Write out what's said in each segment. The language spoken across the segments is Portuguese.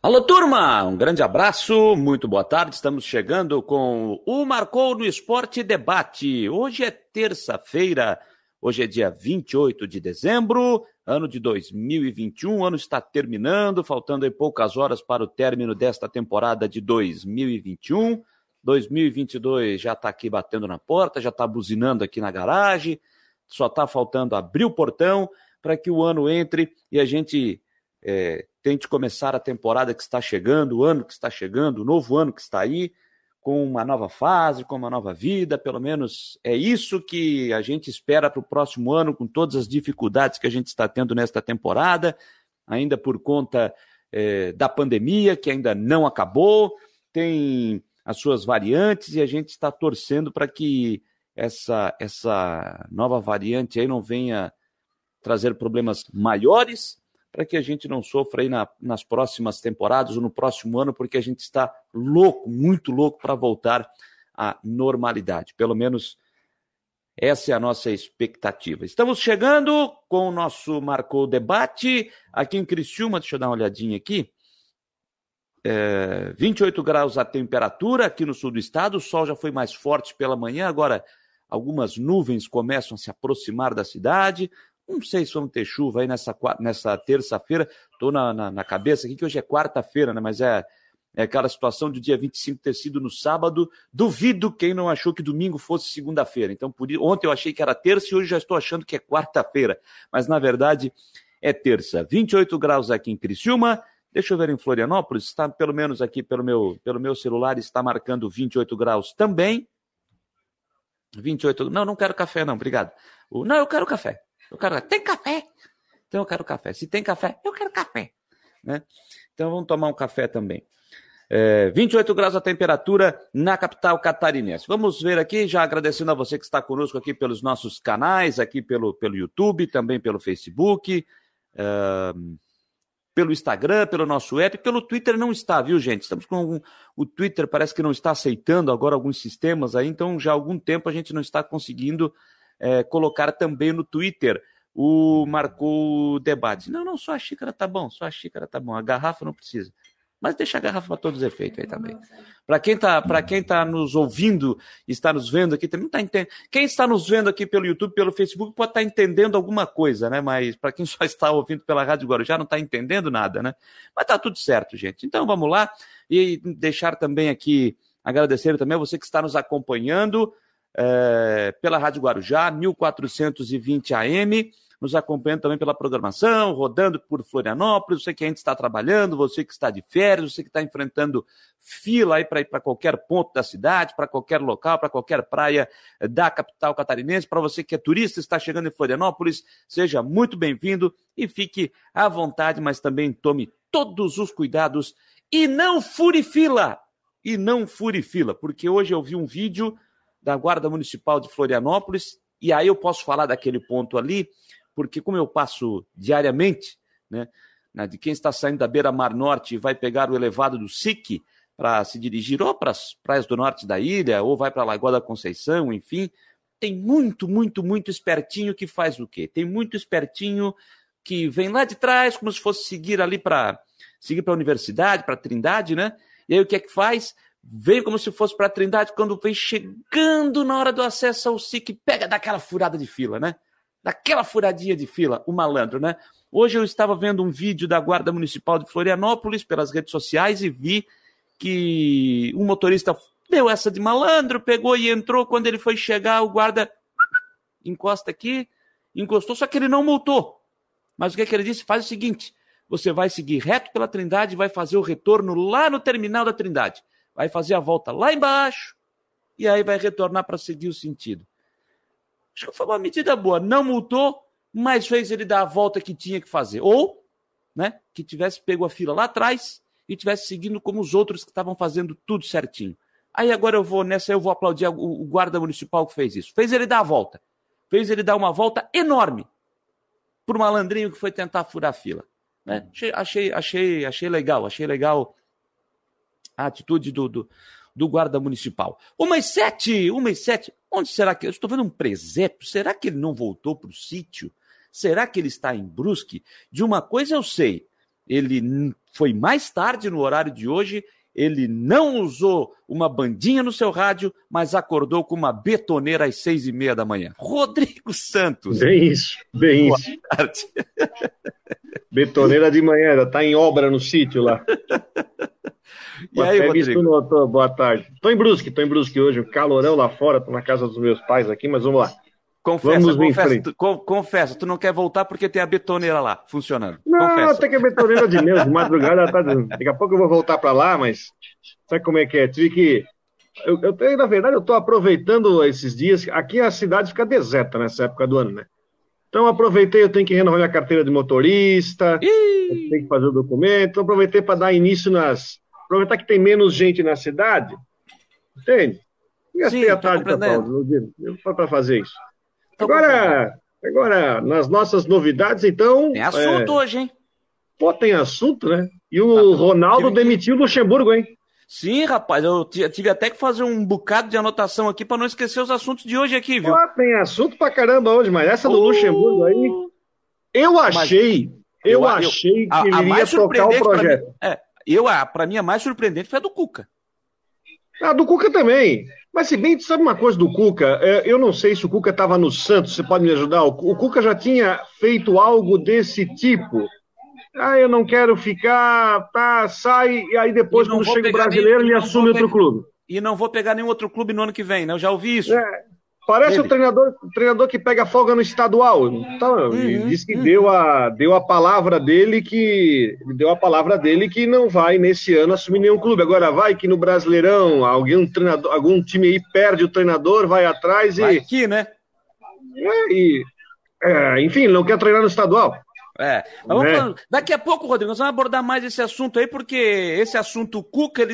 Alô, turma! Um grande abraço, muito boa tarde. Estamos chegando com o Marcou no Esporte Debate. Hoje é terça-feira, hoje é dia 28 de dezembro, ano de 2021. O ano está terminando, faltando aí poucas horas para o término desta temporada de 2021. 2022 já está aqui batendo na porta, já está buzinando aqui na garagem, só está faltando abrir o portão para que o ano entre e a gente tente começar a temporada que está chegando, o ano que está chegando, o novo ano que está aí, com uma nova fase, com uma nova vida. Pelo menos é isso que a gente espera para o próximo ano, com todas as dificuldades que a gente está tendo nesta temporada, ainda por conta da pandemia, que ainda não acabou, tem as suas variantes, e a gente está torcendo para que essa nova variante aí não venha trazer problemas maiores, para que a gente não sofra aí nas próximas temporadas ou no próximo ano, porque a gente está louco, muito louco para voltar à normalidade. Pelo menos essa é a nossa expectativa. Estamos chegando com o nosso Marcou Debate aqui em Criciúma. Deixa eu dar uma olhadinha aqui. 28 graus a temperatura aqui no sul do estado. O sol já foi mais forte pela manhã, agora algumas nuvens começam a se aproximar da cidade. Não sei se vamos ter chuva aí nessa terça-feira. Estou na cabeça aqui que hoje é quarta-feira, né? Mas é aquela situação do dia 25 ter sido no sábado. Duvido quem não achou que domingo fosse segunda-feira. Então, ontem eu achei que era terça e hoje já estou achando que é quarta-feira. Mas, na verdade, é terça. 28 graus aqui em Criciúma. Deixa eu ver em Florianópolis. Está, pelo menos aqui pelo meu celular, está marcando 28 graus também. 28. Não quero café, não. Obrigado. Não, eu quero café. Tem café? Então eu quero café. Se tem café, eu quero café. Né? Então vamos tomar um café também. 28 graus a temperatura na capital catarinense. Vamos ver aqui, já agradecendo a você que está conosco aqui pelos nossos canais, aqui pelo YouTube, também pelo Facebook, pelo Instagram, pelo nosso app, pelo Twitter não está, viu, gente? Estamos com o Twitter, parece que não está aceitando agora alguns sistemas aí, então já há algum tempo a gente não está conseguindo colocar também no Twitter o Marcou Debate. Não, só a xícara tá bom, a garrafa não precisa. Mas deixa a garrafa para todos os efeitos aí também. Para quem tá nos ouvindo, está nos vendo aqui, também não está entendendo. Quem está nos vendo aqui pelo YouTube, pelo Facebook, pode estar entendendo alguma coisa, né? Mas para quem só está ouvindo pela Rádio Guarujá, não está entendendo nada, né? Mas tá tudo certo, gente. Então vamos lá e deixar também aqui, agradecer também a você que está nos acompanhando pela Rádio Guarujá, 1420 AM, nos acompanhando também pela programação, rodando por Florianópolis, você que ainda está trabalhando, você que está de férias, você que está enfrentando fila aí para ir para qualquer ponto da cidade, para qualquer local, para qualquer praia da capital catarinense, para você que é turista, está chegando em Florianópolis, seja muito bem-vindo e fique à vontade, mas também tome todos os cuidados e não fure fila, porque hoje eu vi um vídeo da Guarda Municipal de Florianópolis, e aí eu posso falar daquele ponto ali, porque como eu passo diariamente, né, de quem está saindo da Beira-Mar Norte e vai pegar o elevado do SIC para se dirigir ou para as praias do norte da ilha, ou vai para a Lagoa da Conceição, enfim, tem muito, muito, muito espertinho que faz o quê? Tem muito espertinho que vem lá de trás, como se fosse seguir ali para a universidade, para a Trindade, né? E aí o que é que faz? Vem como se fosse para a Trindade, quando vem chegando na hora do acesso ao SIC, pega daquela furada de fila, né? Daquela furadinha de fila, o malandro, né? Hoje eu estava vendo um vídeo da Guarda Municipal de Florianópolis pelas redes sociais e vi que um motorista deu essa de malandro, pegou e entrou. Quando ele foi chegar, o guarda encosta aqui, encostou, só que ele não multou. Mas o que ele disse? Faz o seguinte, você vai seguir reto pela Trindade e vai fazer o retorno lá no terminal da Trindade. Vai fazer a volta lá embaixo e aí vai retornar para seguir o sentido. Acho que foi uma medida boa. Não multou, mas fez ele dar a volta que tinha que fazer. Ou, né, que tivesse pego a fila lá atrás e tivesse seguindo como os outros que estavam fazendo tudo certinho. Aí agora eu vou aplaudir o guarda municipal que fez isso. Fez ele dar a volta. Fez ele dar uma volta enorme por malandrinho que foi tentar furar a fila. Né? Achei legal a atitude do guarda municipal. 1h07. Onde será que... Eu estou vendo um presépio. Será que ele não voltou para o sítio? Será que ele está em Brusque? De uma coisa eu sei. ele foi mais tarde no horário de hoje, ele não usou uma bandinha no seu rádio, mas acordou com uma betoneira às 6h30 da manhã. Rodrigo Santos. Bem isso, bem Boa isso. tarde. Betoneira de manhã, já tá em obra no sítio lá. E aí, Rodrigo? Boa tarde. Tô em Brusque hoje, um calorão lá fora, tô na casa dos meus pais aqui, mas vamos lá. Confessa, tu não quer voltar porque tem a betoneira lá, funcionando. Não, confessa. Tem que a betoneira de menos, de madrugada, daqui a pouco eu vou voltar pra lá, mas sabe como é que é? Tive que... na verdade, eu tô aproveitando esses dias, aqui a cidade fica deserta nessa época do ano, né? Então aproveitei, eu tenho que renovar minha carteira de motorista, eu tenho que fazer o documento, então aproveitei para dar início aproveitar que tem menos gente na cidade, entende? E gastei a tarde para fazer isso. Agora, nas nossas novidades, então... Tem assunto hoje, hein? Pô, tem assunto, né? E o Ronaldo demitiu o Luxemburgo, hein? Sim, rapaz, eu tive até que fazer um bocado de anotação aqui para não esquecer os assuntos de hoje aqui, viu? Pô, tem assunto pra caramba hoje, mas essa do Luxemburgo aí... Eu achei que ele iria tocar o projeto. Para mim, a mais surpreendente foi a do Cuca. A do Cuca também. Mas se bem, tu sabe uma coisa do Cuca? Eu não sei se o Cuca estava no Santos, você pode me ajudar? O Cuca já tinha feito algo desse tipo. Eu não quero ficar, sai, e aí depois, quando chega o brasileiro, ele assume outro clube. E não vou pegar nenhum outro clube no ano que vem, né? Eu já ouvi isso. Parece o treinador que pega folga no estadual. Então, ele disse que deu a palavra dele que não vai nesse ano assumir nenhum clube. Agora vai que no Brasileirão algum time aí perde o treinador, vai atrás e... Vai aqui, né? Enfim, não quer treinar no estadual. Mas daqui a pouco, Rodrigo, nós vamos abordar mais esse assunto aí, porque esse assunto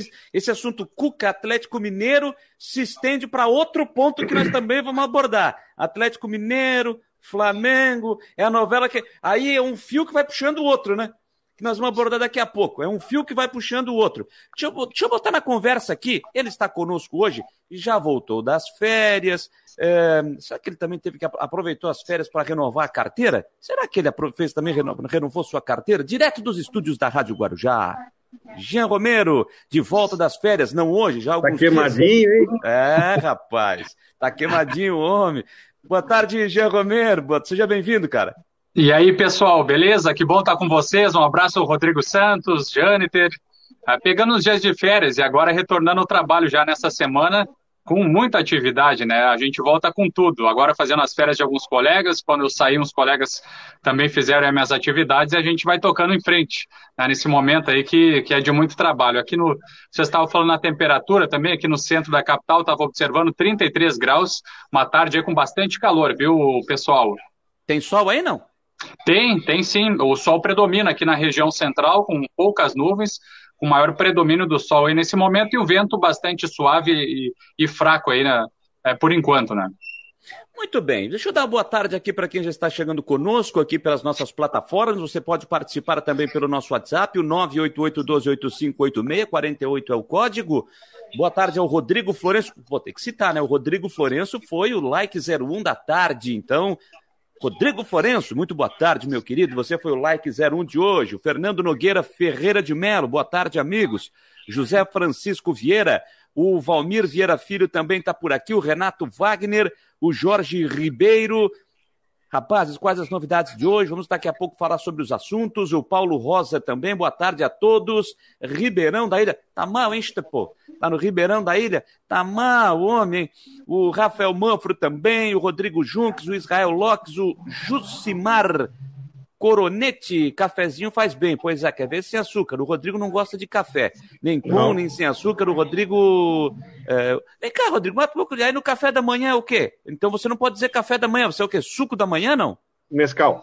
Cuca, Atlético Mineiro, se estende para outro ponto que nós também vamos abordar. Atlético Mineiro, Flamengo, é a novela que... Aí é um fio que vai puxando o outro, né? Que nós vamos abordar daqui a pouco. É um fio que vai puxando o outro. Deixa eu botar na conversa aqui. Ele está conosco hoje e já voltou das férias. Será que ele também aproveitou as férias para renovar a carteira? Será que ele renovou sua carteira? Direto dos estúdios da Rádio Guarujá. Jean Romero, de volta das férias, não hoje, já alguns dias. Tá queimadinho, hein? Rapaz, tá queimadinho o homem. Boa tarde, Jean Romero, seja bem-vindo, cara. E aí, pessoal, beleza? Que bom estar com vocês. Um abraço ao Rodrigo Santos, Jâniter. Pegando os dias de férias e agora retornando ao trabalho já nessa semana, com muita atividade, né? A gente volta com tudo. Agora fazendo as férias de alguns colegas, quando eu saí, uns colegas também fizeram as minhas atividades e a gente vai tocando em frente, né? Nesse momento aí que é de muito trabalho. Você estava falando na temperatura também, aqui no centro da capital, estava observando 33 graus, uma tarde aí com bastante calor, viu, pessoal? Tem sol aí, não? Tem sim. O sol predomina aqui na região central, com poucas nuvens, com maior predomínio do sol aí nesse momento e o vento bastante suave e fraco aí, né? Por enquanto, né? Muito bem, deixa eu dar uma boa tarde aqui para quem já está chegando conosco aqui pelas nossas plataformas. Você pode participar também pelo nosso WhatsApp, o 988-128586, 48 é o código. Boa tarde ao Rodrigo Florenço. Vou ter que citar, né? O Rodrigo Florenço foi o like 01 da tarde, então... Rodrigo Florenço, muito boa tarde, meu querido. Você foi o like 01 de hoje. O Fernando Nogueira Ferreira de Melo, boa tarde, amigos. José Francisco Vieira, o Valmir Vieira Filho também está por aqui. O Renato Wagner, o Jorge Ribeiro. Rapazes, quais as novidades de hoje? Vamos daqui a pouco falar sobre os assuntos. O Paulo Rosa também, boa tarde a todos. Ribeirão da Ilha, tá mal, hein, pô? Tá no Ribeirão da Ilha? Tá mal, homem. O Rafael Manfro também, o Rodrigo Junques, o Israel Lopes, o Jucimar Coronete. Cafezinho faz bem, pois é, quer ver sem açúcar. O Rodrigo não gosta de café, nem com, nem sem açúcar. O Rodrigo... Vem cá, Rodrigo, mas aí no café da manhã é o quê? Então você não pode dizer café da manhã, você é o quê? Suco da manhã, não? Nescau.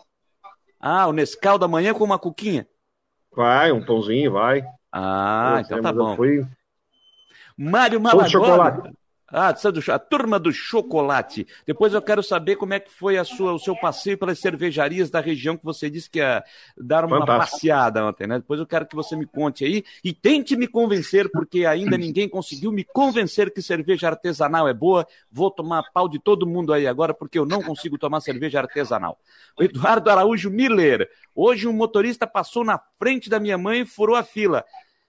O Nescau da manhã com uma cuquinha? Vai, um pãozinho, vai. Então tá bom. Fui... Mário Malagoli. A turma do chocolate. Depois eu quero saber como é que foi o seu passeio pelas cervejarias da região que você disse que ia dar uma passeada ontem, né? Depois eu quero que você me conte aí e tente me convencer, porque ainda ninguém conseguiu me convencer que cerveja artesanal é boa. Vou tomar pau de todo mundo aí agora, porque eu não consigo tomar cerveja artesanal. O Eduardo Araújo Miller. Hoje um motorista passou na frente da minha mãe e furou a fila.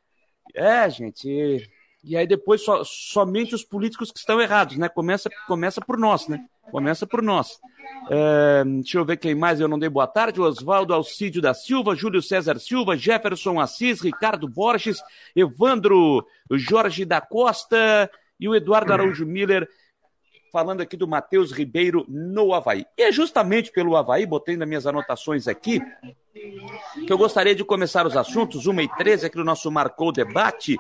Gente... E aí depois somente os políticos que estão errados, né? Começa por nós, né? Começa por nós. Deixa eu ver quem mais eu não dei boa tarde. Oswaldo Alcídio da Silva, Júlio César Silva, Jefferson Assis, Ricardo Borges, Evandro Jorge da Costa e o Eduardo Araújo Miller, falando aqui do Matheus Ribeiro no Avaí. E é justamente pelo Avaí, botei nas minhas anotações aqui, que eu gostaria de começar os assuntos, 1h13 aqui no nosso Marcou Debate.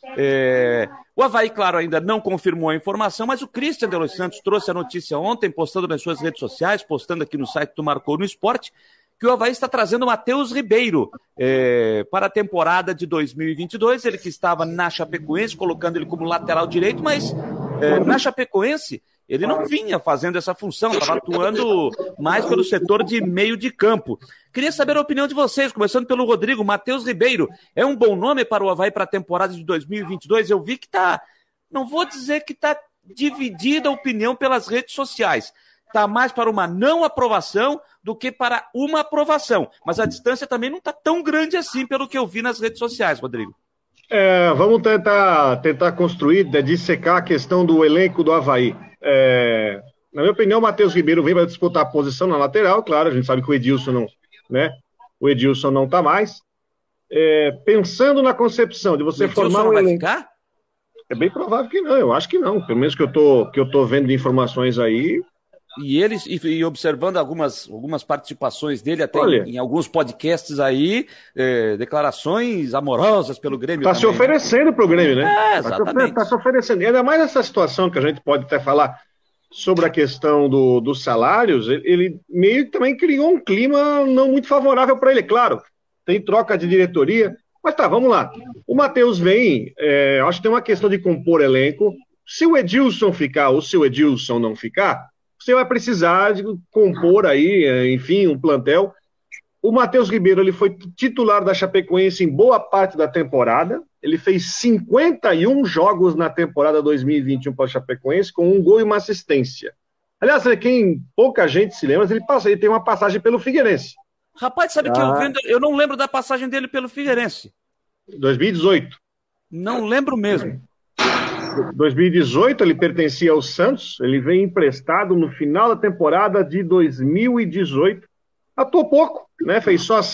O Avaí, claro, ainda não confirmou a informação, mas o Christian de Los Santos trouxe a notícia ontem, postando nas suas redes sociais, postando aqui no site do Marcou no Esporte, que o Avaí está trazendo o Matheus Ribeiro para a temporada de 2022, ele que estava na Chapecoense, colocando ele como lateral direito, mas na Chapecoense ele não vinha fazendo essa função, estava atuando mais pelo setor de meio de campo. Queria saber a opinião de vocês, começando pelo Rodrigo. Matheus Ribeiro é um bom nome para o Avaí para a temporada de 2022? Eu vi que não vou dizer que está dividida a opinião pelas redes sociais. Está mais para uma não aprovação do que para uma aprovação. Mas a distância também não está tão grande assim, pelo que eu vi nas redes sociais, Rodrigo. Vamos tentar construir, dissecar a questão do elenco do Avaí. Na minha opinião, o Matheus Ribeiro veio para disputar a posição na lateral, claro, a gente sabe que o Edilson não está mais. Pensando na concepção de você formar um elenco... Ficar? É bem provável que não, eu acho que não, pelo menos que eu tô vendo de informações aí. E observando algumas participações dele até em alguns podcasts aí, declarações amorosas pelo Grêmio. Está se oferecendo para o Grêmio, né? Exatamente. Está se oferecendo. E ainda mais essa situação que a gente pode até falar sobre a questão dos salários, ele meio que também criou um clima não muito favorável para ele. Claro, tem troca de diretoria, mas vamos lá. O Matheus vem, acho que tem uma questão de compor elenco. Se o Edilson ficar ou se o Edilson não ficar, você vai precisar de compor aí, enfim, um plantel. O Matheus Ribeiro, ele foi titular da Chapecoense em boa parte da temporada. Ele fez 51 jogos na temporada 2021 para a Chapecoense, com 1 gol e uma assistência. Aliás, pouca gente se lembra, ele tem uma passagem pelo Figueirense. Rapaz, sabe que eu não lembro da passagem dele pelo Figueirense. 2018. Não lembro mesmo. 2018 ele pertencia ao Santos, ele veio emprestado no final da temporada de 2018, atuou pouco, né? Fez só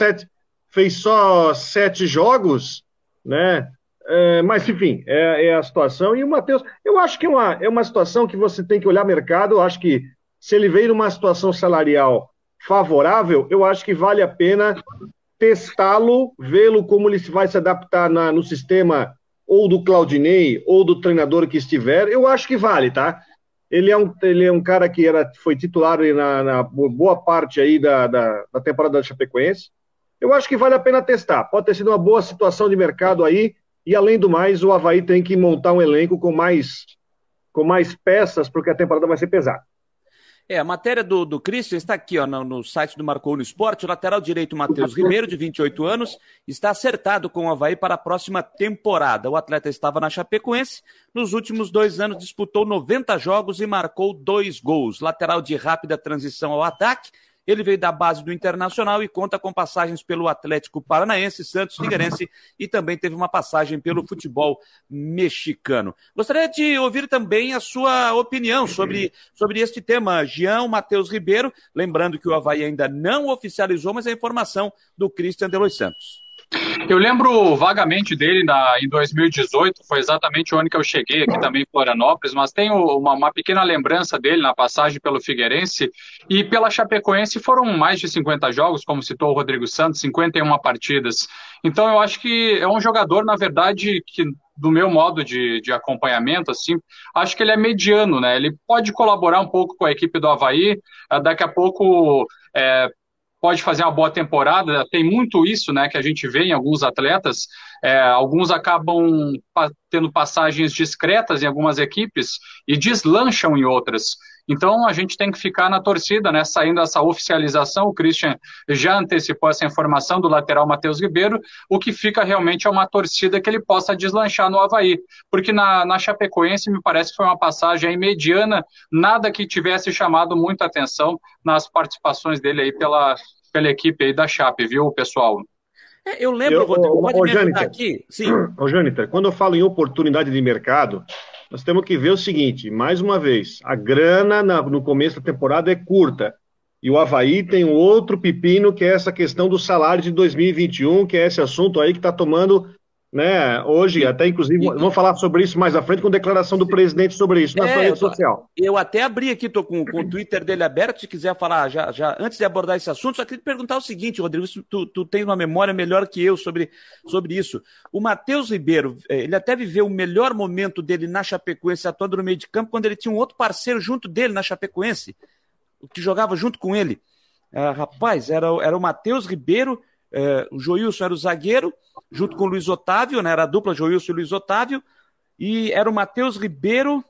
sete jogos, né? Mas enfim, é a situação. E o Matheus, eu acho que é uma situação que você tem que olhar mercado. Eu acho que se ele veio numa situação salarial favorável, eu acho que vale a pena testá-lo, vê-lo como ele vai se adaptar no sistema ou do Claudinei, ou do treinador que estiver. Eu acho que vale, tá? Ele é um cara que foi titular na boa parte aí da temporada da Chapecoense. Eu acho que vale a pena testar. Pode ter sido uma boa situação de mercado aí, e além do mais, o Avaí tem que montar um elenco com mais peças, porque a temporada vai ser pesada. A matéria do Christian está aqui no site do Marcou no Esporte. O lateral direito Matheus Ribeiro, de 28 anos, está acertado com o Avaí para a próxima temporada. O atleta estava na Chapecoense. Nos últimos 2 anos disputou 90 jogos e marcou 2 gols. Lateral de rápida transição ao ataque. Ele veio da base do Internacional e conta com passagens pelo Atlético Paranaense, Santos, Figueirense e também teve uma passagem pelo futebol mexicano. Gostaria de ouvir também a sua opinião sobre este tema, Jean, Matheus Ribeiro. Lembrando que o Avaí ainda não oficializou, mas a informação do Christian de Los Santos. Eu lembro vagamente dele em 2018, foi exatamente o ano que eu cheguei aqui também em Florianópolis, mas tenho uma pequena lembrança dele na passagem pelo Figueirense e pela Chapecoense. Foram mais de 50 jogos, como citou o Rodrigo Santos, 51 partidas. Então eu acho que é um jogador, na verdade, que do meu modo de acompanhamento, assim, acho que ele é mediano, né? Ele pode colaborar um pouco com a equipe do Avaí, daqui a pouco pode fazer uma boa temporada, tem muito isso, né, que a gente vê em alguns atletas, alguns acabam tendo passagens discretas em algumas equipes e deslancham em outras. Então a gente tem que ficar na torcida, né, saindo essa oficialização, o Christian já antecipou essa informação do lateral Matheus Ribeiro, o que fica realmente é uma torcida que ele possa deslanchar no Avaí, porque na Chapecoense me parece que foi uma passagem aí mediana, nada que tivesse chamado muita atenção nas participações dele aí pela equipe aí da Chape, viu, pessoal? Eu lembro, Rodrigo, pode me ajudar aqui? Sim. Ô, Jâniter, quando eu falo em oportunidade de mercado, nós temos que ver o seguinte, mais uma vez, a grana no começo da temporada é curta, e o Avaí tem um outro pepino, que é essa questão do salário de 2021, que é esse assunto aí que está tomando, né, hoje, até inclusive, vamos falar sobre isso mais à frente, com declaração do presidente sobre isso na sua rede social. Eu até abri aqui, estou com o Twitter dele aberto, se quiser falar, já antes de abordar esse assunto, só queria te perguntar o seguinte, Rodrigo, tu tem uma memória melhor que eu sobre isso. O Matheus Ribeiro, ele até viveu o melhor momento dele na Chapecoense, atuando no meio de campo, quando ele tinha um outro parceiro junto dele na Chapecoense, que jogava junto com ele. Rapaz, era o Matheus Ribeiro, o Joilson era o zagueiro, junto com o Luiz Otávio, né? Era a dupla Joilson e Luiz Otávio, e era o Matheus Ribeiro.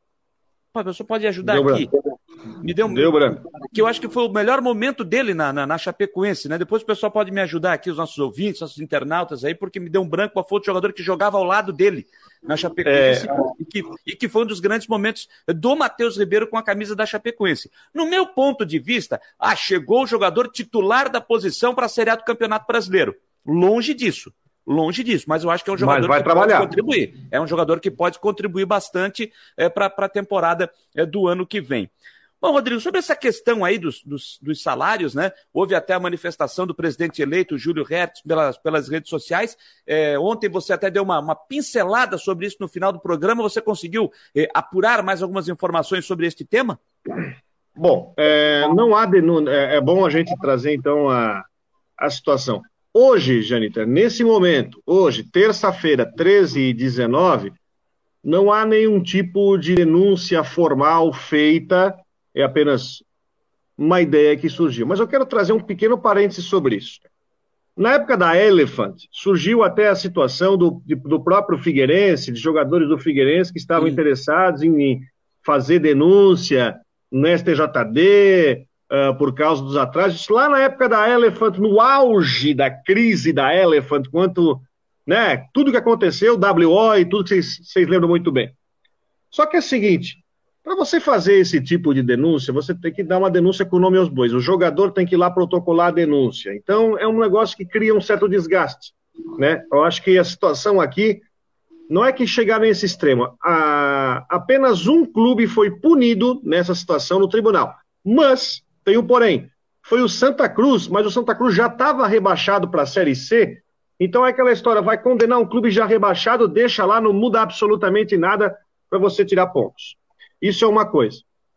Pô, você pode ajudar aqui? Me deu branco. Que eu acho que foi o melhor momento dele na Chapecoense, né? Depois o pessoal pode me ajudar aqui, os nossos ouvintes, nossos internautas aí, porque me deu um branco qual foi o jogador que jogava ao lado dele na Chapecoense e que foi um dos grandes momentos do Matheus Ribeiro com a camisa da Chapecoense. No meu ponto de vista, chegou o jogador titular da posição para a Série A do Campeonato Brasileiro. Longe disso, mas eu acho que é um jogador que pode contribuir. É um jogador que pode contribuir bastante para a temporada do ano que vem. Bom, Rodrigo, sobre essa questão aí dos salários, né? Houve até a manifestação do presidente eleito, Júlio Hertz, pelas redes sociais. Ontem você até deu uma pincelada sobre isso no final do programa. Você conseguiu apurar mais algumas informações sobre este tema? Bom, não há denúncia. É bom a gente trazer, então, a situação. Hoje, Jâniter, nesse momento, hoje, terça-feira, 13h19, não há nenhum tipo de denúncia formal feita, é apenas uma ideia que surgiu. Mas eu quero trazer um pequeno parêntese sobre isso. Na época da Elephant, surgiu até a situação do próprio Figueirense, de jogadores do Figueirense que estavam interessados em fazer denúncia no STJD, por causa dos atrasos. Lá na época da Elephant, no auge da crise da Elephant, quanto, né, tudo que aconteceu, WO e tudo que vocês lembram muito bem. Só que é o seguinte, para você fazer esse tipo de denúncia, você tem que dar uma denúncia com o nome aos bois. O jogador tem que ir lá protocolar a denúncia. Então, é um negócio que cria um certo desgaste, né? Eu acho que a situação aqui não é que chegar nesse extremo. Apenas um clube foi punido nessa situação no tribunal. Mas, tem um porém, foi o Santa Cruz, mas o Santa Cruz já estava rebaixado para a Série C, então é aquela história, vai condenar um clube já rebaixado, deixa lá, não muda absolutamente nada para você tirar pontos. Isso é uma coisa.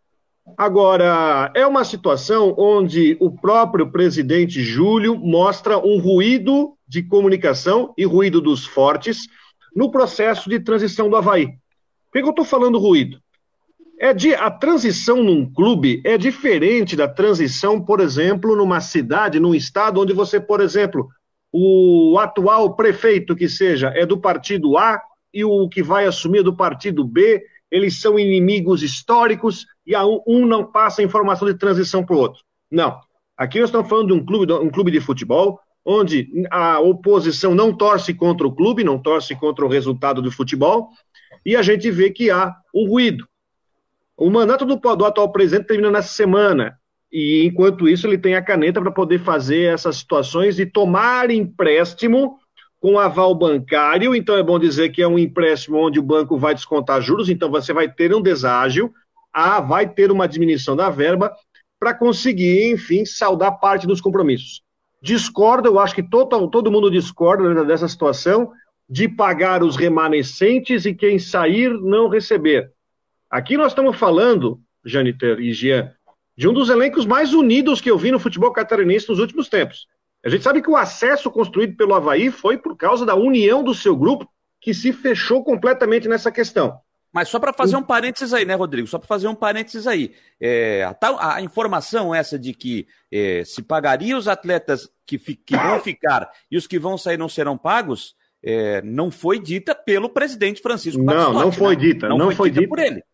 Agora, é uma situação onde o próprio presidente Júlio mostra um ruído de comunicação e ruído dos fortes no processo de transição do Avaí. Por que eu estou falando ruído? A transição num clube é diferente da transição, por exemplo, numa cidade, num estado onde você, por exemplo, o atual prefeito que seja é do partido A e o que vai assumir é do partido B, eles são inimigos históricos e um não passa a informação de transição para o outro. Não. Aqui nós estamos falando de um clube de futebol onde a oposição não torce contra o clube, não torce contra o resultado do futebol, e a gente vê que há um ruído. O mandato do atual presidente termina nessa semana, e enquanto isso ele tem a caneta para poder fazer essas situações de tomar empréstimo com aval bancário. Então é bom dizer que é um empréstimo onde o banco vai descontar juros, então você vai ter um deságio, vai ter uma diminuição da verba para conseguir, enfim, saldar parte dos compromissos. Discordo, eu acho que todo mundo discorda dessa situação de pagar os remanescentes e quem sair não receber. Aqui nós estamos falando, Jâniter e Jean, de um dos elencos mais unidos que eu vi no futebol catarinense nos últimos tempos. A gente sabe que o acesso construído pelo Avaí foi por causa da união do seu grupo, que se fechou completamente nessa questão. Mas só para fazer um parênteses aí, né, Rodrigo? Só para fazer um parênteses aí. A informação essa de que se pagaria os atletas que vão ficar e os que vão sair não serão pagos, não foi dita pelo presidente Francisco Batistotti. Não foi dita. Não foi dita por ele.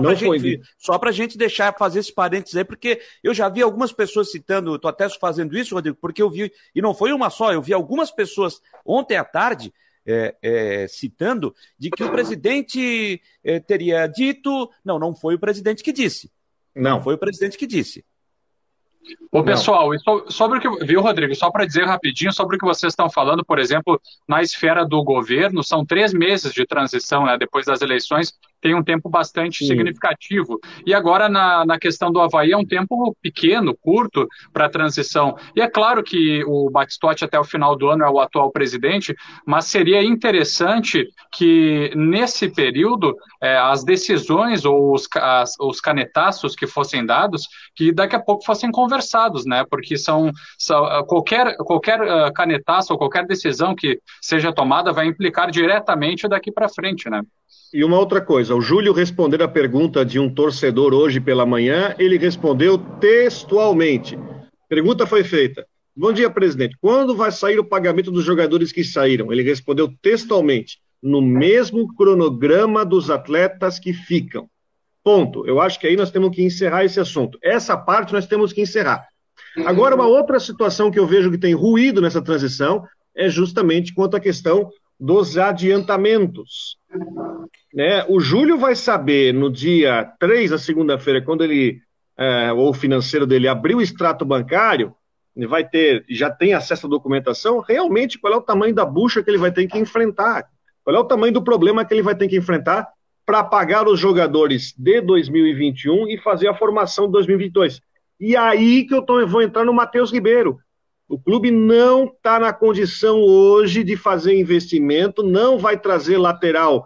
Só para a gente fazer esse parênteses aí, porque eu já vi algumas pessoas citando, estou até fazendo isso, Rodrigo, porque eu vi, e não foi uma só, eu vi algumas pessoas ontem à tarde citando de que o presidente teria dito. Não foi o presidente que disse. Não foi o presidente que disse. Ô, pessoal, sobre o que, viu, Rodrigo, só para dizer rapidinho sobre o que vocês estão falando, por exemplo, na esfera do governo, são 3 meses de transição, né, depois das eleições, tem um tempo bastante significativo. E agora, na questão do Avaí, é um tempo pequeno, curto, para a transição. E é claro que o Batistotti, até o final do ano, é o atual presidente, mas seria interessante que, nesse período, as decisões ou os canetaços que fossem dados, que daqui a pouco fossem conversados, né? Porque qualquer canetaço ou qualquer decisão que seja tomada vai implicar diretamente daqui para frente, né? E uma outra coisa, o Júlio respondeu a pergunta de um torcedor hoje pela manhã, ele respondeu textualmente. Pergunta foi feita: bom dia, presidente, quando vai sair o pagamento dos jogadores que saíram? Ele respondeu textualmente: no mesmo cronograma dos atletas que ficam. Ponto. Eu acho que aí nós temos que encerrar esse assunto. Essa parte nós temos que encerrar. Agora, uma outra situação que eu vejo que tem ruído nessa transição é justamente quanto à questão dos adiantamentos. Né? O Júlio vai saber no dia 3, na segunda-feira, quando o financeiro dele abrir o extrato bancário, ele já tem acesso à documentação, realmente qual é o tamanho da bucha que ele vai ter que enfrentar, qual é o tamanho do problema que ele vai ter que enfrentar para pagar os jogadores de 2021 e fazer a formação de 2022. E aí que eu vou entrar no Matheus Ribeiro. O clube não está na condição hoje de fazer investimento, não vai trazer lateral,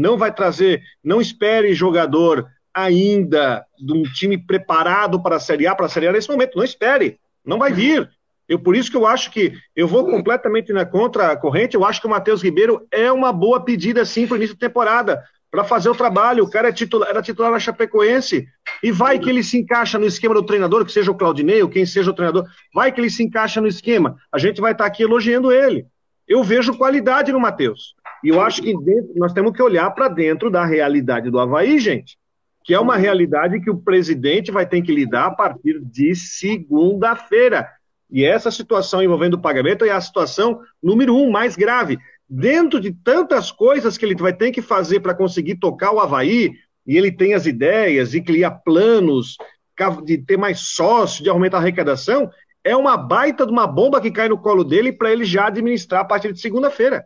não espere jogador ainda de um time preparado para a Série A nesse momento, não espere, não vai vir. Por isso que eu acho que eu vou completamente na contra-corrente, eu acho que o Matheus Ribeiro é uma boa pedida sim para o início da temporada, para fazer o trabalho. O cara era titular na Chapecoense, e vai que ele se encaixa no esquema do treinador, que seja o Claudinei ou quem seja o treinador, vai que ele se encaixa no esquema, a gente vai estar aqui elogiando ele. Eu vejo qualidade no Matheus, e eu acho que nós temos que olhar para dentro da realidade do Avaí, gente, que é uma realidade que o presidente vai ter que lidar a partir de segunda-feira, e essa situação envolvendo o pagamento é a situação número 1, mais grave. Dentro de tantas coisas que ele vai ter que fazer para conseguir tocar o Avaí, e ele tem as ideias de criar planos, de ter mais sócios, de aumentar a arrecadação, é uma baita de uma bomba que cai no colo dele para ele já administrar a partir de segunda-feira.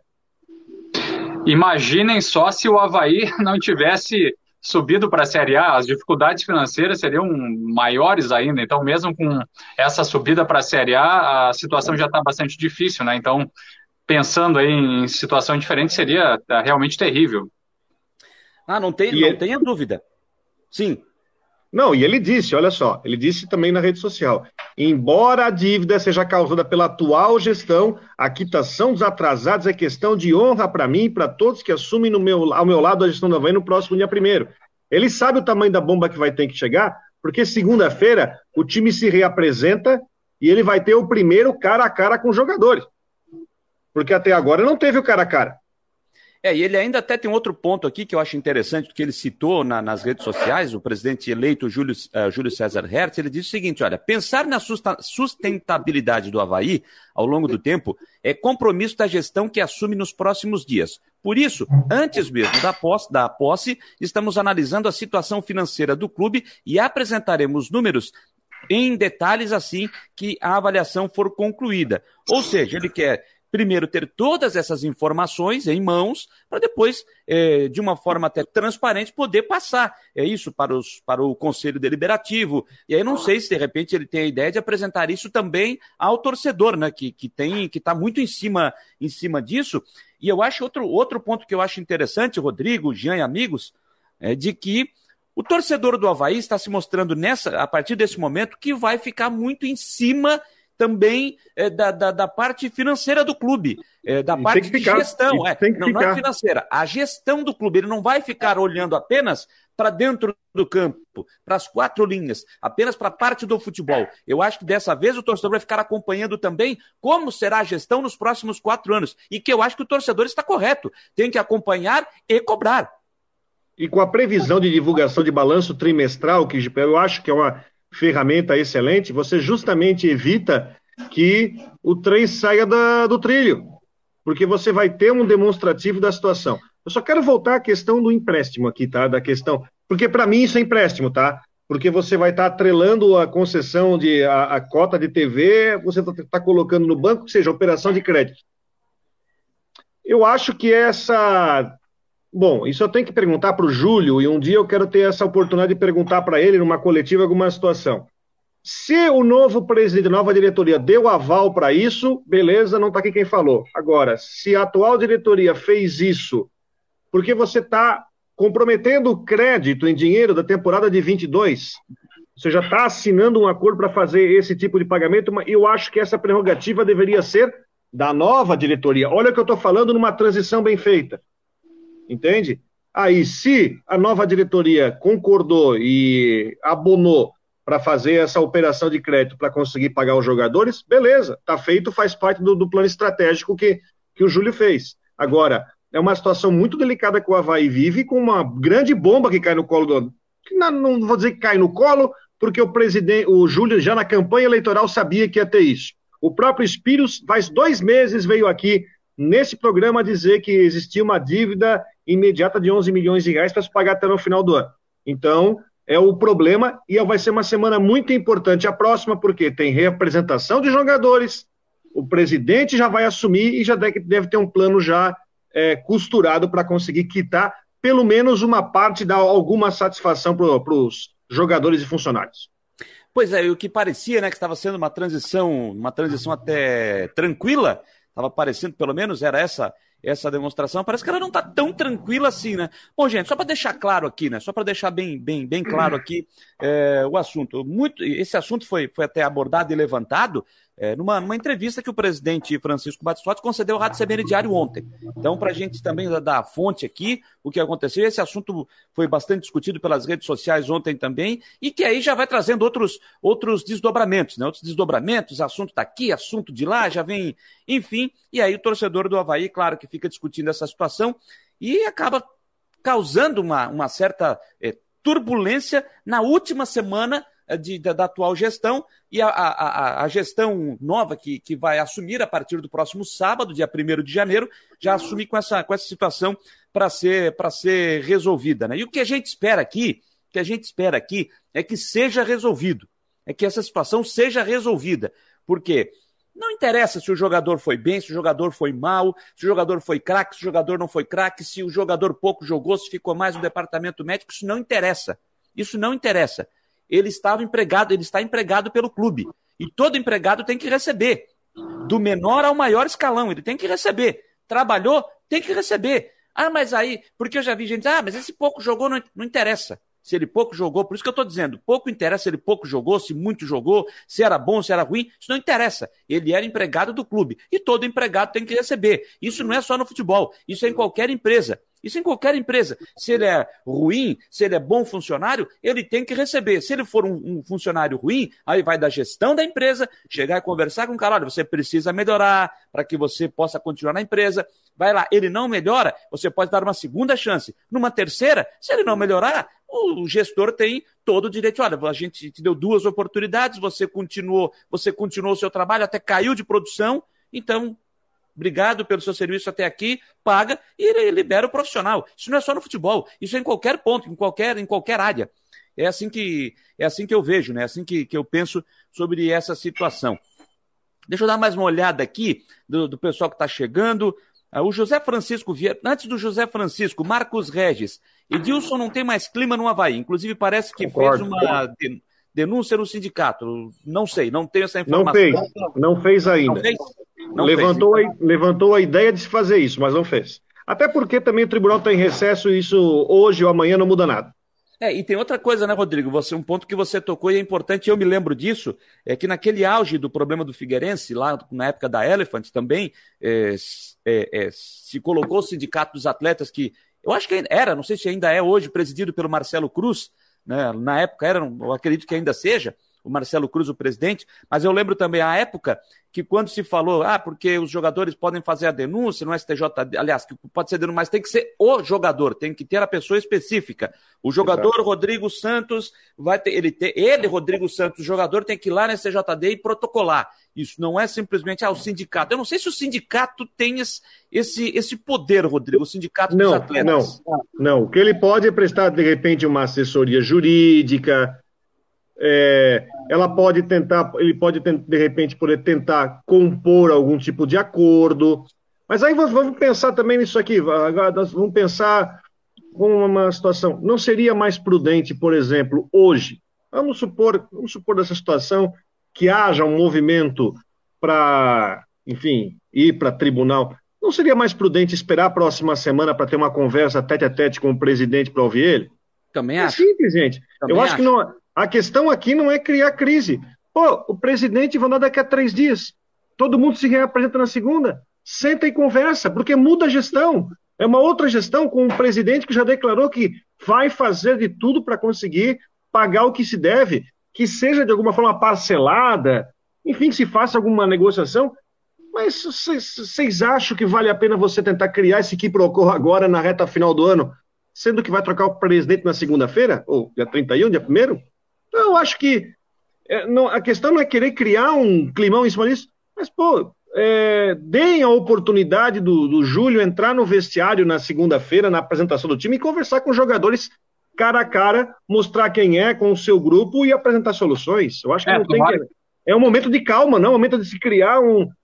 Imaginem só se o Avaí não tivesse subido para a Série A, as dificuldades financeiras seriam maiores ainda. Então, mesmo com essa subida para a Série A situação já está bastante difícil, né? Então, pensando aí em situação diferente, seria realmente terrível. Não tenha dúvida. Sim. Não, e ele disse, olha só, ele disse também na rede social, embora a dívida seja causada pela atual gestão, a quitação dos atrasados é questão de honra para mim e para todos que assumem ao meu lado a gestão do Avaí no próximo dia 1º. Ele sabe o tamanho da bomba que vai ter que chegar, porque segunda-feira o time se reapresenta e ele vai ter o primeiro cara a cara com os jogadores. Porque até agora não teve o cara a cara. E ele ainda até tem outro ponto aqui que eu acho interessante, que ele citou nas redes sociais, o presidente eleito Júlio César Hertz, ele disse o seguinte: olha, pensar na sustentabilidade do Avaí ao longo do tempo é compromisso da gestão que assume nos próximos dias. Por isso, antes mesmo da posse, estamos analisando a situação financeira do clube e apresentaremos números em detalhes assim que a avaliação for concluída. Ou seja, ele quer primeiro ter todas essas informações em mãos, para depois, de uma forma até transparente, poder passar isso para o Conselho Deliberativo. E aí não sei se, de repente, ele tem a ideia de apresentar isso também ao torcedor, né, que está muito em cima disso. E eu acho outro ponto que eu acho interessante, Rodrigo, Jean e amigos, é de que o torcedor do Avaí está se mostrando a partir desse momento, que vai ficar muito em cima também da parte financeira do clube, da parte de gestão. Não é financeira, a gestão do clube. Ele não vai ficar olhando apenas para dentro do campo, para as 4 linhas, apenas para a parte do futebol. Eu acho que dessa vez o torcedor vai ficar acompanhando também como será a gestão nos próximos 4 anos. E que eu acho que o torcedor está correto. Tem que acompanhar e cobrar. E com a previsão de divulgação de balanço trimestral, que eu acho que é uma ferramenta excelente, você justamente evita que o trem saia do trilho, porque você vai ter um demonstrativo da situação. Eu só quero voltar à questão do empréstimo aqui, tá? Da questão, porque para mim isso é empréstimo, tá? Porque você vai estar atrelando a concessão a cota de TV, você está colocando no banco, ou seja, operação de crédito. Eu acho que Bom, isso eu tenho que perguntar para o Júlio, e um dia eu quero ter essa oportunidade de perguntar para ele, numa coletiva, alguma situação. Se o novo presidente, a nova diretoria, deu aval para isso, beleza, não está aqui quem falou. Agora, se a atual diretoria fez isso, porque você está comprometendo o crédito em dinheiro da temporada de 22, você já está assinando um acordo para fazer esse tipo de pagamento, mas eu acho que essa prerrogativa deveria ser da nova diretoria. Olha o que eu estou falando numa transição bem feita. Entende? Aí, se a nova diretoria concordou e abonou para fazer essa operação de crédito para conseguir pagar os jogadores, beleza, tá feito, faz parte do plano estratégico que o Júlio fez. Agora, é uma situação muito delicada que o Avaí vive, com uma grande bomba que cai no colo não vou dizer que cai no colo, porque o Júlio, já na campanha eleitoral, sabia que ia ter isso. O próprio Spírios, faz 2 meses, veio aqui nesse programa dizer que existia uma dívida imediata de 11 milhões de reais para se pagar até no final do ano. Então, é o problema, e vai ser uma semana muito importante a próxima, porque tem representação de jogadores, o presidente já vai assumir e já deve ter um plano já costurado para conseguir quitar pelo menos uma parte, dar alguma satisfação para os jogadores e funcionários. Pois é, o que parecia, né, que estava sendo uma transição até tranquila, estava parecendo, pelo menos, era essa demonstração, parece que ela não está tão tranquila assim, né? Bom, gente, só para deixar claro aqui, né? Só para deixar bem claro aqui o assunto. Esse assunto foi até abordado e levantado numa entrevista que o presidente Francisco Batistotti concedeu ao Rádio CBN Diário ontem. Então, para a gente também dar a fonte aqui, o que aconteceu, esse assunto foi bastante discutido pelas redes sociais ontem também, e que aí já vai trazendo outros desdobramentos, né? Outros desdobramentos, assunto está aqui, assunto de lá, já vem, enfim, e aí o torcedor do Avaí, claro que fica discutindo essa situação e acaba causando uma certa turbulência na última semana da atual gestão, e a gestão nova que vai assumir a partir do próximo sábado, dia 1º de janeiro, já assumir com essa situação para ser resolvida, né? E o que a gente espera aqui é que seja resolvido, é que essa situação seja resolvida, porque não interessa se o jogador foi bem, se o jogador foi mal, se o jogador foi craque, se o jogador não foi craque, se o jogador pouco jogou, se ficou mais no departamento médico, isso não interessa. Isso não interessa. Ele está empregado pelo clube. E todo empregado tem que receber. Do menor ao maior escalão, ele tem que receber. Trabalhou, tem que receber. Ah, mas aí, porque eu já vi gente dizer, mas esse pouco jogou, não interessa. Se ele pouco jogou, por isso que eu estou dizendo, pouco interessa se ele pouco jogou, se muito jogou, se era bom, se era ruim, isso não interessa. Ele era empregado do clube. E todo empregado tem que receber. Isso não é só no futebol, isso é em qualquer empresa. Isso em qualquer empresa. Se ele é ruim, se ele é bom funcionário, ele tem que receber. Se ele for um funcionário ruim, aí vai da gestão da empresa, chegar e conversar com o cara, olha, você precisa melhorar para que você possa continuar na empresa. Vai lá, ele não melhora, você pode dar uma segunda chance. Numa terceira, se ele não melhorar, o gestor tem todo o direito. Olha, a gente te deu 2 oportunidades, você continuou o seu trabalho, até caiu de produção, então obrigado pelo seu serviço até aqui, paga e libera o profissional. Isso não é só no futebol, isso é em qualquer ponto, em qualquer área. É assim que eu vejo, né? É assim que eu penso sobre essa situação. Deixa eu dar mais uma olhada aqui do pessoal que está chegando. O José Francisco Vieira, antes do José Francisco, Marcos Regis. Edilson não tem mais clima no Avaí, inclusive parece que fez uma denúncia no sindicato. Não sei, não tenho essa informação. Não fez ainda. Levantou a ideia de se fazer isso, mas não fez. Até porque também o tribunal está em recesso e isso hoje ou amanhã não muda nada. E tem outra coisa, né, Rodrigo? Um ponto que você tocou e é importante, eu me lembro disso, é que naquele auge do problema do Figueirense, lá na época da Elephant também, se colocou o sindicato dos atletas, que eu acho que era, não sei se ainda é hoje, presidido pelo Marcelo Cruz, né? Na época era, eu acredito que ainda seja, o Marcelo Cruz, o presidente, mas eu lembro também a época que quando se falou, porque os jogadores podem fazer a denúncia no STJD, aliás, que pode ser denúncia, mas tem que ser o jogador, tem que ter a pessoa específica. O jogador Rodrigo Santos vai ter, ele, Rodrigo Santos, o jogador tem que ir lá no STJD e protocolar. Isso não é simplesmente o sindicato. Eu não sei se o sindicato tem esse poder, Rodrigo, o sindicato dos atletas. Não. O que ele pode é prestar, de repente, uma assessoria jurídica. Ele pode de repente poder tentar compor algum tipo de acordo, mas aí vamos pensar também nisso aqui, nós vamos pensar com uma situação, não seria mais prudente, por exemplo, hoje, vamos supor dessa situação, que haja um movimento para, enfim, ir para tribunal, não seria mais prudente esperar a próxima semana para ter uma conversa tete-a-tete com o presidente para ouvir ele? Também acho. É simples, gente. Eu acho que não. A questão aqui não é criar crise. O presidente vai andar daqui a 3 dias. Todo mundo se reapresenta na segunda. Senta e conversa, porque muda a gestão. É uma outra gestão com um presidente que já declarou que vai fazer de tudo para conseguir pagar o que se deve, que seja de alguma forma parcelada, enfim, que se faça alguma negociação. Mas vocês acham que vale a pena você tentar criar esse quiproquo agora na reta final do ano, sendo que vai trocar o presidente na segunda-feira, ou dia 31, dia 1º? Então, eu acho que a questão não é querer criar um climão em cima disso, mas, deem a oportunidade do Júlio entrar no vestiário na segunda-feira, na apresentação do time, e conversar com os jogadores cara a cara, mostrar quem é com o seu grupo e apresentar soluções. Eu acho que não tem que... É um momento de calma, não é um momento de se criar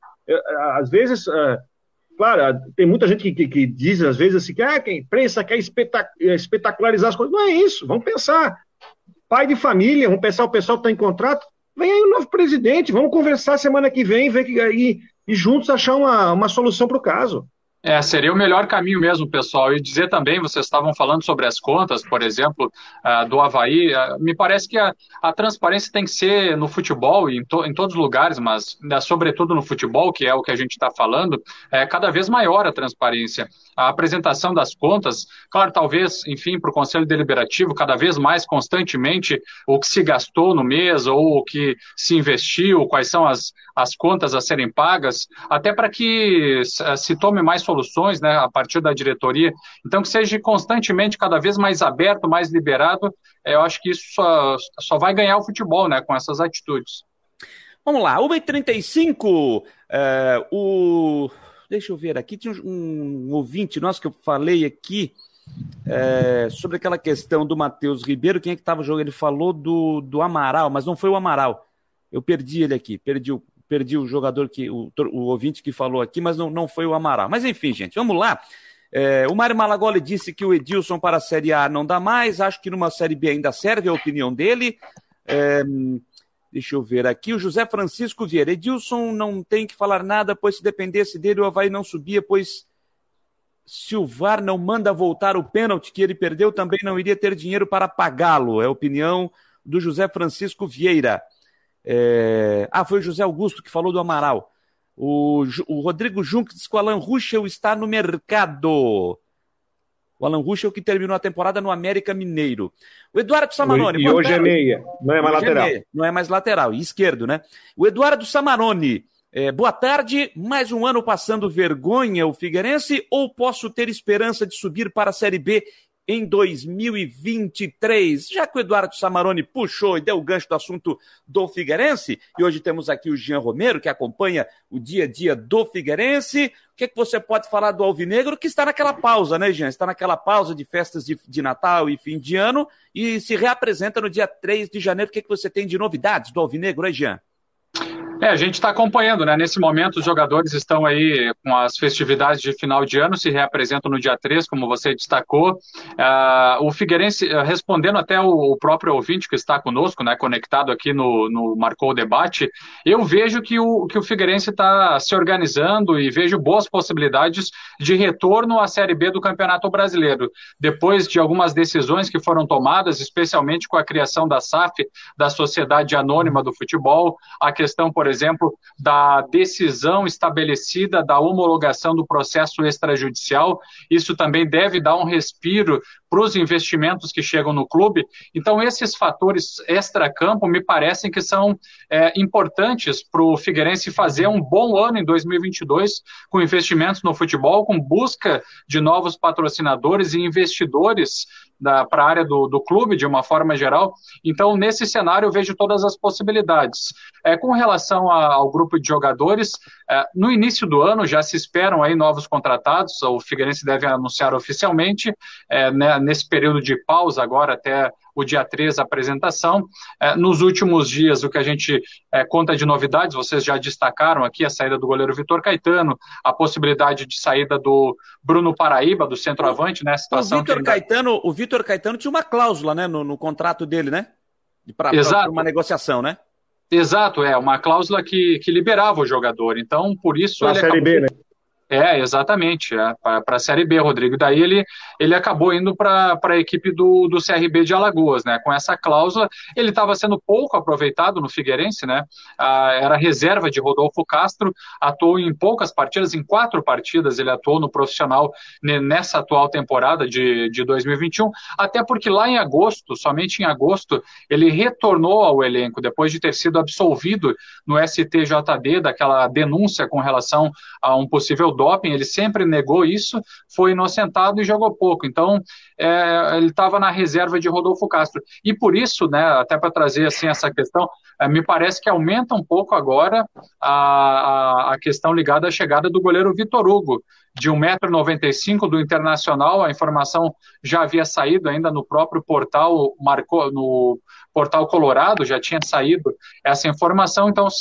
às vezes... Claro, tem muita gente que diz, às vezes, assim, que a imprensa quer espetacularizar as coisas. Não é isso, vamos pensar. Pai de família, vamos pensar o pessoal que está em contrato. Vem aí o novo presidente, vamos conversar semana que vem, e juntos achar uma solução para o caso. Seria o melhor caminho mesmo, pessoal. E dizer também, vocês estavam falando sobre as contas, por exemplo, do Avaí. Me parece que a transparência tem que ser no futebol e em todos os lugares, mas sobretudo no futebol, que é o que a gente está falando, cada vez maior a transparência. A apresentação das contas, claro, talvez, enfim, para o Conselho Deliberativo, cada vez mais constantemente, o que se gastou no mês ou o que se investiu, quais são as contas a serem pagas, até para que se tome mais soluções, né, a partir da diretoria. Então, que seja constantemente cada vez mais aberto, mais liberado. Eu acho que isso só vai ganhar o futebol, né, com essas atitudes. Vamos lá, 1h35, deixa eu ver aqui, tinha um ouvinte nosso que eu falei aqui sobre aquela questão do Matheus Ribeiro, quem é que estava jogando? Ele falou do Amaral, mas não foi o Amaral. Eu perdi ele aqui, perdi o jogador, o ouvinte que falou aqui, mas não foi o Amaral. Mas enfim, gente, vamos lá. O Mário Malagoli disse que o Edilson para a Série A não dá mais, acho que numa Série B ainda serve, a opinião dele. Deixa eu ver aqui, o José Francisco Vieira. Edilson não tem que falar nada, pois se dependesse dele o Avaí não subia, pois se o VAR não manda voltar o pênalti que ele perdeu, também não iria ter dinheiro para pagá-lo. É a opinião do José Francisco Vieira. Foi o José Augusto que falou do Amaral. O Rodrigo Junque diz que o Alan Ruschel está no mercado. O Alan Ruschel que terminou a temporada no América Mineiro. O Eduardo Samaroni. E hoje é meia, não é mais lateral. Não é mais lateral, e esquerdo, né? O Eduardo Samaroni. Boa tarde, mais um ano passando vergonha o Figueirense, ou posso ter esperança de subir para a Série B em 2023, já que o Eduardo Samaroni puxou e deu o gancho do assunto do Figueirense, e hoje temos aqui o Jean Romero, que acompanha o dia a dia do Figueirense. O que é que você pode falar do Alvinegro, que está naquela pausa, né, Jean? Está naquela pausa de festas de Natal e fim de ano, e se reapresenta no dia 3 de janeiro. O que é que você tem de novidades do Alvinegro, né, Jean? A gente está acompanhando, né? Nesse momento, os jogadores estão aí com as festividades de final de ano, se reapresentam no dia 3, como você destacou. O Figueirense, respondendo até o próprio ouvinte que está conosco, né, conectado aqui no Marcou o Debate, eu vejo que o Figueirense está se organizando e vejo boas possibilidades de retorno à Série B do Campeonato Brasileiro. Depois de algumas decisões que foram tomadas, especialmente com a criação da SAF, da Sociedade Anônima do Futebol, a questão, por exemplo, da decisão estabelecida da homologação do processo extrajudicial. Isso também deve dar um respiro para os investimentos que chegam no clube. Então, esses fatores extracampo me parecem que são importantes para o Figueirense fazer um bom ano em 2022, com investimentos no futebol, com busca de novos patrocinadores e investidores para a área do clube, de uma forma geral. Então, nesse cenário, eu vejo todas as possibilidades. Com relação ao grupo de jogadores, no início do ano já se esperam aí novos contratados, o Figueirense deve anunciar oficialmente, nesse período de pausa agora até o dia 3, a apresentação. Nos últimos dias, o que a gente conta de novidades, vocês já destacaram aqui a saída do goleiro Vitor Caetano, a possibilidade de saída do Bruno Paraíba, do centroavante, né? Situação o Vitor Caetano tinha uma cláusula, né, no contrato dele, né? Para uma negociação, né? Exato, uma cláusula que liberava o jogador. Então, por isso... Na Série B, né? Exatamente, para a Série B, Rodrigo. Daí ele acabou indo para a equipe do CRB de Alagoas, né? Com essa cláusula, ele estava sendo pouco aproveitado no Figueirense, né? Era reserva de Rodolfo Castro, atuou em poucas partidas, em 4 partidas ele atuou no profissional nessa atual temporada de 2021, até porque lá em agosto, somente em agosto, ele retornou ao elenco, depois de ter sido absolvido no STJD, daquela denúncia com relação a um possível doping. Ele sempre negou isso, foi inocentado e jogou pouco. Então, ele estava na reserva de Rodolfo Castro. E por isso, né, até para trazer assim, essa questão, me parece que aumenta um pouco agora a questão ligada à chegada do goleiro Vitor Hugo, de 1,95 m do Internacional. A informação já havia saído ainda no próprio portal, no portal Colorado, já tinha saído essa informação. Então,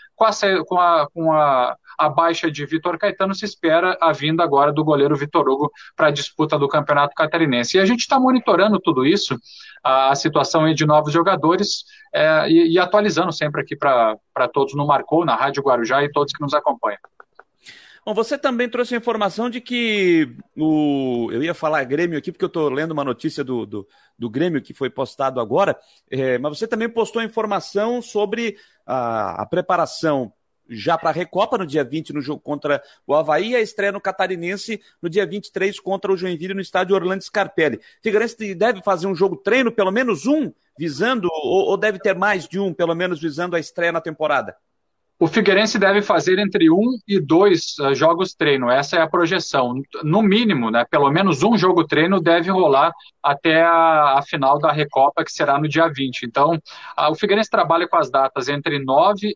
com a baixa de Vitor Caetano, se espera a vinda agora do goleiro Vitor Hugo para a disputa do Campeonato Catarinense. E a gente está monitorando tudo isso, a situação aí de novos jogadores, e atualizando sempre aqui para todos no Marcou, na Rádio Guarujá e todos que nos acompanham. Bom, você também trouxe a informação de que eu ia falar Grêmio aqui, porque eu estou lendo uma notícia do Grêmio que foi postado agora, mas você também postou a informação sobre a preparação já para a Recopa no dia 20 no jogo contra o Avaí, e a estreia no Catarinense no dia 23 contra o Joinville no estádio Orlando Scarpelli. Figueirense deve fazer um jogo treino, pelo menos um, visando, ou deve ter mais de um, pelo menos visando a estreia na temporada? O Figueirense deve fazer entre 1 e 2 jogos treino, essa é a projeção. No mínimo, né, pelo menos um jogo treino deve rolar até a final da Recopa, que será no dia 20. Então, o Figueirense trabalha com as datas entre 9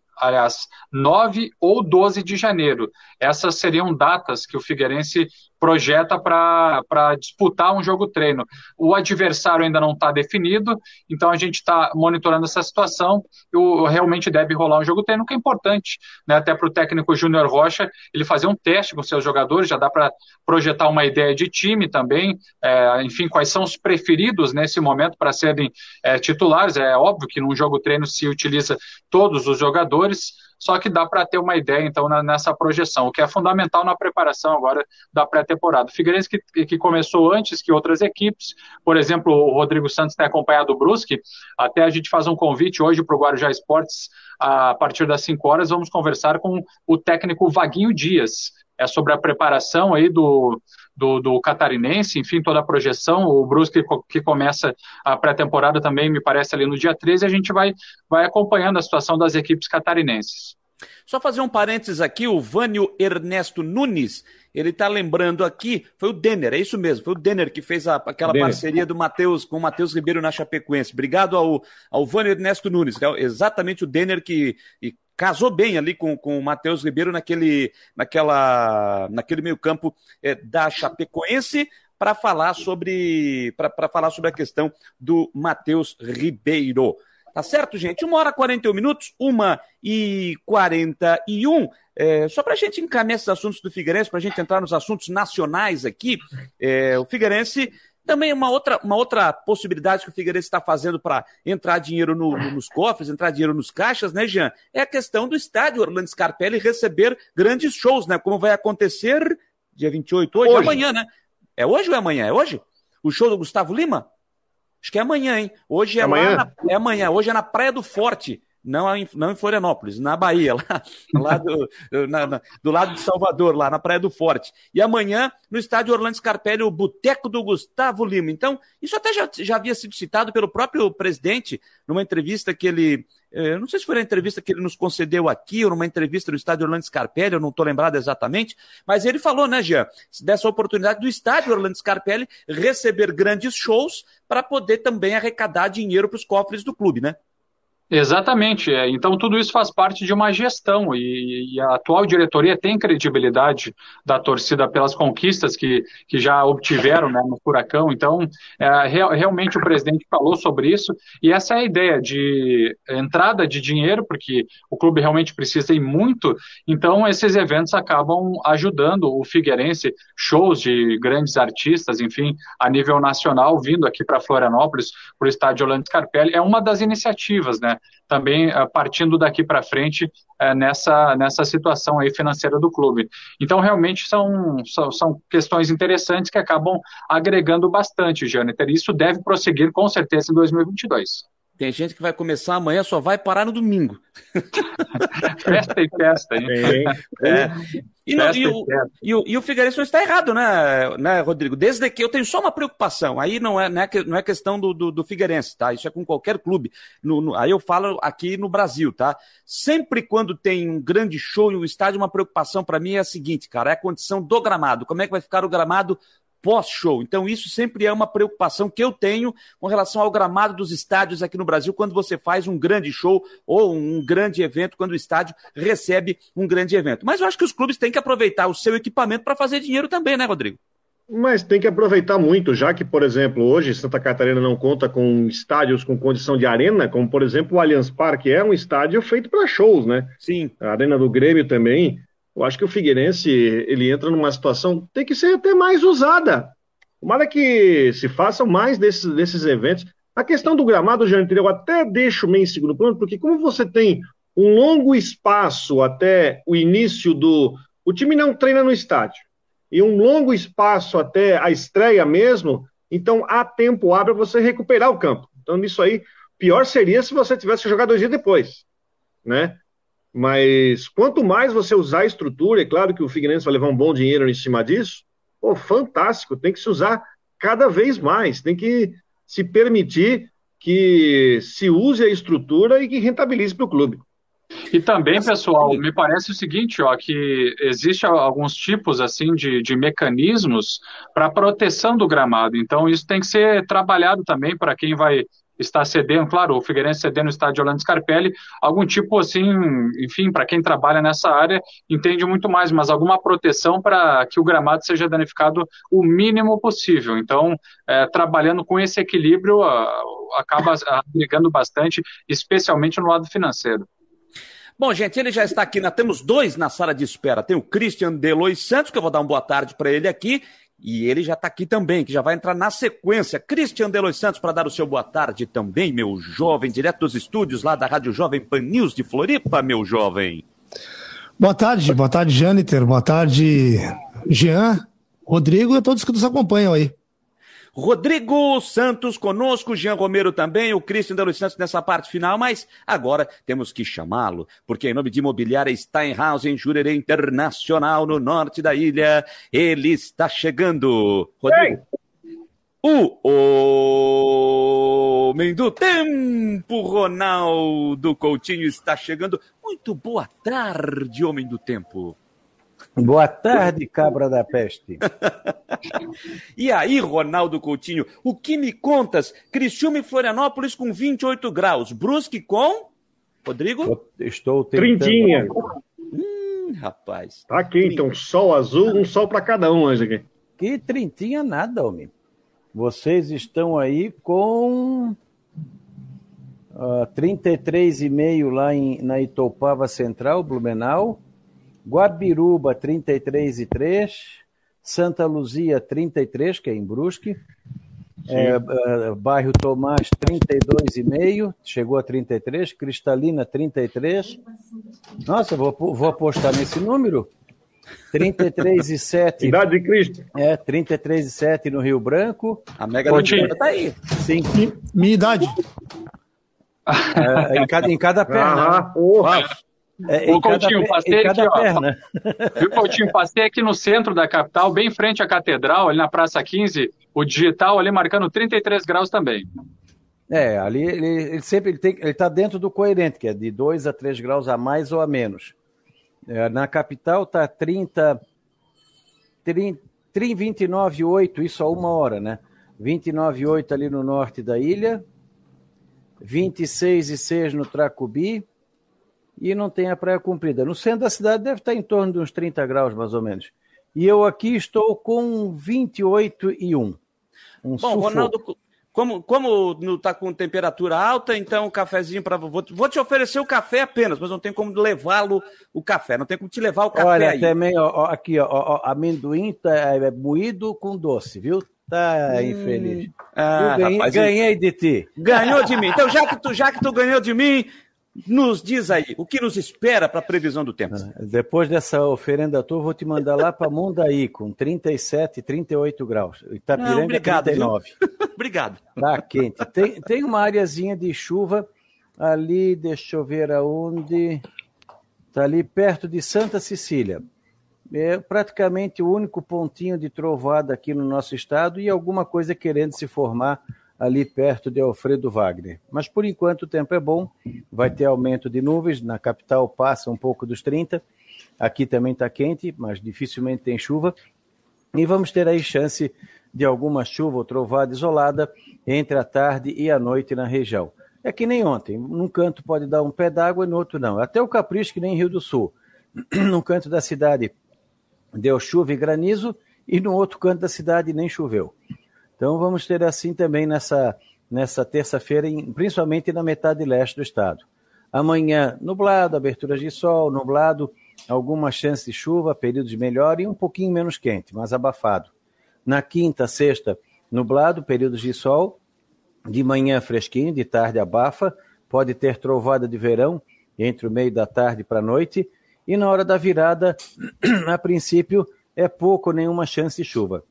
ou 12 de janeiro. Essas seriam datas que o Figueirense projeta para disputar um jogo treino. O adversário ainda não está definido, então a gente está monitorando essa situação. Realmente deve rolar um jogo treino, que é importante, né, até para o técnico Júnior Rocha ele fazer um teste com seus jogadores, já dá para projetar uma ideia de time também, enfim, quais são os preferidos nesse momento para serem titulares. É óbvio que num jogo treino se utiliza todos os jogadores, só que dá para ter uma ideia, então, nessa projeção, o que é fundamental na preparação agora da pré-temporada. O Figueirense que começou antes que outras equipes, por exemplo, o Rodrigo Santos tem acompanhado o Brusque, até a gente faz um convite hoje para o Guarujá Esportes, a partir das 5 horas, vamos conversar com o técnico Vaguinho Dias, sobre a preparação aí do Catarinense, enfim, toda a projeção. O Brusque que começa a pré-temporada também, me parece, ali no dia 13, a gente vai acompanhando a situação das equipes catarinenses. Só fazer um parênteses aqui, o Vânio Ernesto Nunes, ele está lembrando aqui, foi o Denner, é isso mesmo, foi o Denner que fez aquela parceria com o Matheus Ribeiro na Chapecoense. Obrigado ao Vânio Ernesto Nunes, é exatamente o Denner que casou bem ali com o Matheus Ribeiro naquele meio campo da Chapecoense, para falar sobre a questão do Matheus Ribeiro. Tá certo, gente? 1h41, 1h41. Só para a gente encaminhar esses assuntos do Figueirense, para a gente entrar nos assuntos nacionais aqui, o Figueirense também uma outra possibilidade que o Figueirense está fazendo para entrar dinheiro nos cofres, entrar dinheiro nos caixas, né, Jean? É a questão do estádio Orlando Scarpelli receber grandes shows, né? Como vai acontecer dia 28, hoje. Amanhã, né? É hoje ou é amanhã? É hoje? O show do Gustavo Lima? Acho que é amanhã, hein? Hoje é amanhã? É amanhã. Hoje é na Praia do Forte. Não em Florianópolis, na Bahia, lá do lado de Salvador, lá na Praia do Forte. E amanhã, no estádio Orlando Scarpelli, o Boteco do Gustavo Lima. Então, isso até já havia sido citado pelo próprio presidente, numa entrevista que ele... não sei se foi na entrevista que ele nos concedeu aqui, ou numa entrevista no estádio Orlando Scarpelli, eu não estou lembrado exatamente, mas ele falou, né, Jean, dessa oportunidade do estádio Orlando Scarpelli receber grandes shows para poder também arrecadar dinheiro para os cofres do clube, né? Exatamente, então tudo isso faz parte de uma gestão e a atual diretoria tem credibilidade da torcida pelas conquistas que já obtiveram, né, no Furacão, então realmente o presidente falou sobre isso e essa é a ideia de entrada de dinheiro, porque o clube realmente precisa ir muito, então esses eventos acabam ajudando o Figueirense, shows de grandes artistas, enfim, a nível nacional, vindo aqui para Florianópolis, para o estádio Orlando Scarpelli, é uma das iniciativas, né? Também partindo daqui para frente nessa situação aí financeira do clube. Então, realmente, são questões interessantes que acabam agregando bastante, Jâniter. Isso deve prosseguir, com certeza, em 2022. Tem gente que vai começar amanhã, só vai parar no domingo. Festa e festa, hein? E o Figueirense não está errado, né, Rodrigo? Desde que eu tenho só uma preocupação, aí não é questão do Figueirense, tá? Isso é com qualquer clube. Aí eu falo aqui no Brasil, tá? Sempre quando tem um grande show em um estádio, uma preocupação para mim é a seguinte, cara, é a condição do gramado. Como é que vai ficar o gramado pós-show? Então isso sempre é uma preocupação que eu tenho com relação ao gramado dos estádios aqui no Brasil, quando você faz um grande show ou um grande evento, quando o estádio recebe um grande evento. Mas eu acho que os clubes têm que aproveitar o seu equipamento para fazer dinheiro também, né, Rodrigo? Mas tem que aproveitar muito, já que, por exemplo, hoje Santa Catarina não conta com estádios com condição de arena, como, por exemplo, o Allianz Parque é um estádio feito para shows, né? Sim. A Arena do Grêmio também. Eu acho que o Figueirense, ele entra numa situação, tem que ser até mais usada. Tomara que se façam mais desses eventos. A questão do gramado, Jâniter, eu até deixo meio em segundo plano, porque como você tem um longo espaço até o início o time não treina no estádio, e um longo espaço até a estreia mesmo, então há tempo hábil para você recuperar o campo. Então, isso aí, pior seria se você tivesse que jogar 2 dias depois, né? Mas quanto mais você usar a estrutura, é claro que o Figueirense vai levar um bom dinheiro em cima disso, fantástico, tem que se usar cada vez mais, tem que se permitir que se use a estrutura e que rentabilize para o clube. E também, pessoal, me parece o seguinte, que existe alguns tipos assim de mecanismos para proteção do gramado, então isso tem que ser trabalhado também para quem vai está cedendo, claro, o Figueirense cedendo o estádio Orlando Scarpelli, algum tipo assim, enfim, para quem trabalha nessa área, entende muito mais, mas alguma proteção para que o gramado seja danificado o mínimo possível. Então, trabalhando com esse equilíbrio, acaba agregando bastante, especialmente no lado financeiro. Bom, gente, ele já está aqui, nós temos 2 na sala de espera. Tem o Christian Delois Santos, que eu vou dar uma boa tarde para ele aqui, e ele já está aqui também, que já vai entrar na sequência. Christian Delois Santos, para dar o seu boa tarde também, meu jovem, direto dos estúdios lá da Rádio Jovem Pan News de Floripa, meu jovem. Boa tarde, Jâniter, boa tarde, Jean, Rodrigo e a todos que nos acompanham aí. Rodrigo Santos conosco, Jean Romero também, o Christian Delois Santos nessa parte final, mas agora temos que chamá-lo, porque em nome de Imobiliária Steinhaus, em Jurerê Internacional, no norte da ilha, ele está chegando. Rodrigo. O homem do tempo, Ronaldo Coutinho, está chegando. Muito boa tarde, homem do tempo. Boa tarde, cabra da peste. E aí, Ronaldo Coutinho, o que me contas? Criciúma e Florianópolis com 28 graus. Brusque com? Rodrigo? Estou tentando... Trintinha. Rapaz. Tá quente, um sol azul, um sol para cada um hoje aqui. Que trintinha nada, homem. Vocês estão aí com 33,5 lá na Itoupava Central, Blumenau. Guabiruba, 33,3. Santa Luzia, 33, que é em Brusque. Bairro Tomás, 32,5. Chegou a 33. Cristalina, 33. Nossa, vou apostar nesse número. 33,7. Idade de Cristo. 33,7 no Rio Branco. A Mega Notícia tá aí. Sim. Minha idade. Em cada perna. Coutinho, passei aqui, perna. Viu, Coutinho? Passei aqui no centro da capital, bem em frente à Catedral, ali na Praça 15, o digital ali marcando 33 graus também. Ali ele sempre está dentro do coerente, que é de 2 a 3 graus a mais ou a menos. Na capital está 29,8, isso a 1 hora, né? 29,8 ali no norte da ilha, 26,6 no Tracubi, e não tem a Praia Comprida. No centro da cidade deve estar em torno de uns 30 graus, mais ou menos. E eu aqui estou com 28,1. Bom, Ronaldo, como não está com temperatura alta, então o cafezinho para... Vou te oferecer o café apenas, mas não tem como levá-lo o café, não tem como te levar o café. Olha, aí. Também, aqui, amendoim moído com doce, viu? Tá infeliz. Ganhei de ti. Ganhou de mim. Então, já que tu ganhou de mim, nos diz aí, o que nos espera para a previsão do tempo? Depois dessa oferenda tua, vou te mandar lá para Mundaí, com 37, 38 graus. Itapiranga, obrigado, 39. Obrigado. Tá quente. Tem uma areazinha de chuva ali, deixa eu ver aonde. Tá ali perto de Santa Cecília. É praticamente o único pontinho de trovoada aqui no nosso estado e alguma coisa querendo se formar ali perto de Alfredo Wagner. Mas, por enquanto, o tempo é bom, vai ter aumento de nuvens, na capital passa um pouco dos 30, aqui também está quente, mas dificilmente tem chuva, e vamos ter aí chance de alguma chuva ou trovada isolada entre a tarde e a noite na região. É que nem ontem, num canto pode dar um pé d'água e no outro não, até o Capricho, que nem Rio do Sul. Num canto da cidade deu chuva e granizo, e no outro canto da cidade nem choveu. Então vamos ter assim também nessa terça-feira, principalmente na metade leste do estado. Amanhã, nublado, aberturas de sol, nublado, alguma chance de chuva, períodos de melhora e um pouquinho menos quente, mais abafado. Na quinta, sexta, nublado, períodos de sol, de manhã fresquinho, de tarde abafa, pode ter trovada de verão entre o meio da tarde para a noite, e na hora da virada, a princípio, é pouco ou nenhuma chance de chuva.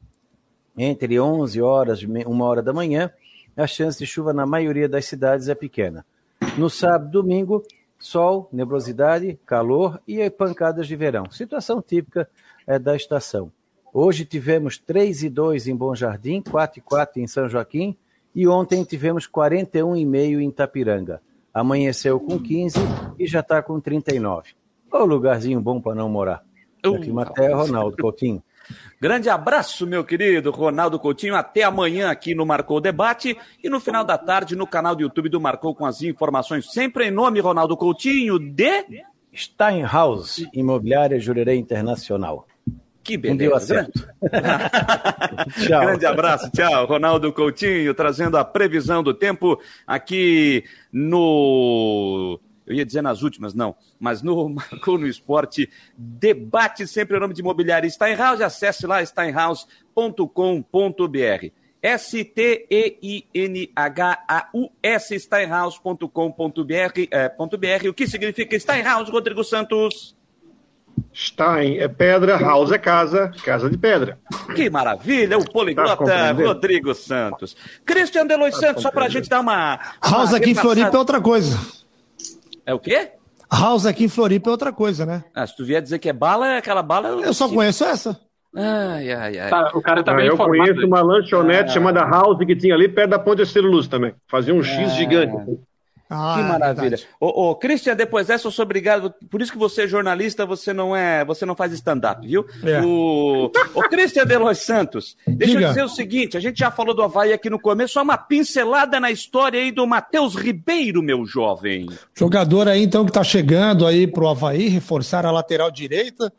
Entre 11 horas e 1 hora da manhã, a chance de chuva na maioria das cidades é pequena. No sábado e domingo, sol, nebulosidade, calor e pancadas de verão. Situação típica da estação. Hoje tivemos 3,2 em Bom Jardim, 4,4 em São Joaquim e ontem tivemos 41,5 em Itapiranga. Amanheceu com 15 e já está com 39. Ô lugarzinho bom para não morar. Aqui Matéia, Ronaldo Coutinho. Grande abraço, meu querido Ronaldo Coutinho. Até amanhã aqui no Marcou Debate e no final da tarde no canal do YouTube do Marcou com as informações. Sempre em nome, Ronaldo Coutinho, de Steinhaus, Imobiliária Jurerê Internacional. Que beleza. Deu acerto. Tchau. Grande abraço, tchau. Ronaldo Coutinho trazendo a previsão do tempo aqui no... Eu ia dizer nas últimas, não, mas no Marcou no Esporte Debate, sempre o nome de Imobiliária Steinhaus, acesse lá steinhaus.com.br. S-T-E-I-N-H-A-U-S, steinhaus.com.br, o que significa Steinhaus, Rodrigo Santos? Stein é pedra, House é casa, casa de pedra. Que maravilha, o poliglota Rodrigo Santos. Cristian Delois Santos, só para a gente dar uma House aqui em Floripa é outra coisa. É o quê? House aqui em Floripa é outra coisa, né? Se tu vier dizer que é bala, é aquela bala... Eu só conheço essa. Ai. Tá, o cara tá bem eu informado. conheço uma lanchonete chamada House que tinha ali perto da Ponte Estilo Luz também. Fazia um X gigante. Que maravilha. Ô, Cristian, depois dessa eu sou obrigado, por isso que você é jornalista, você não faz stand-up, viu? É. Ô, Cristian Delois Santos, deixa eu dizer o seguinte, a gente já falou do Avaí aqui no começo, só uma pincelada na história aí do Matheus Ribeiro, meu jovem. Jogador aí, então, que tá chegando aí pro Avaí, reforçar a lateral direita,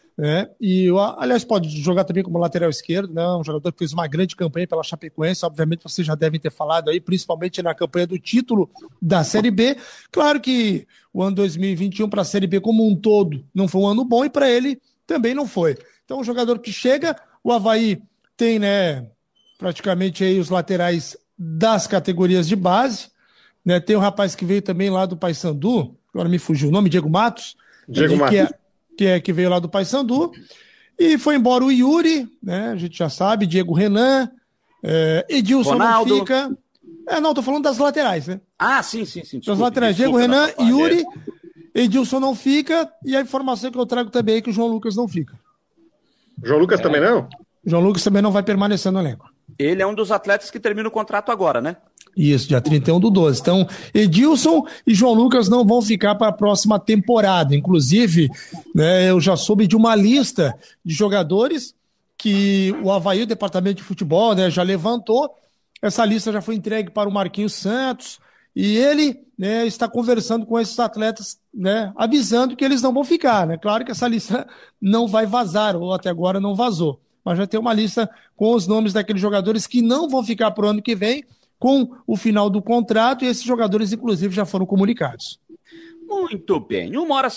Aliás, pode jogar também como lateral esquerdo, né? Um jogador que fez uma grande campanha pela Chapecoense, obviamente vocês já devem ter falado aí, principalmente na campanha do título da Série B. Claro que o ano 2021 para a Série B como um todo não foi um ano bom e para ele também não foi. Então, um jogador que chega, o Avaí tem, né, praticamente aí os laterais das categorias de base, né? Tem um rapaz que veio também lá do Paysandu, agora me fugiu o nome, Diego Matos. Diego Matos. Que veio lá do Paysandu, e foi embora o Yuri, né? A gente já sabe, Diego Renan, Edilson Ronaldo. não fica. Tô falando das laterais, né? Sim. Das laterais, Diego Renan, Yuri, Edilson não fica, e a informação que eu trago também é que o João Lucas não fica. João Lucas também não? João Lucas também não vai permanecer no elenco. Ele é um dos atletas que termina o contrato agora, né? Isso, dia 31/12. Então, Edilson e João Lucas não vão ficar para a próxima temporada. Inclusive, né, eu já soube de uma lista de jogadores que o Avaí, o departamento de futebol, né, já levantou. Essa lista já foi entregue para o Marquinhos Santos e ele, né, está conversando com esses atletas, né, avisando que eles não vão ficar. Né? Claro que essa lista não vai vazar, ou até agora não vazou. Mas já tem uma lista com os nomes daqueles jogadores que não vão ficar para o ano que vem, com o final do contrato, e esses jogadores, inclusive, já foram comunicados. Muito bem,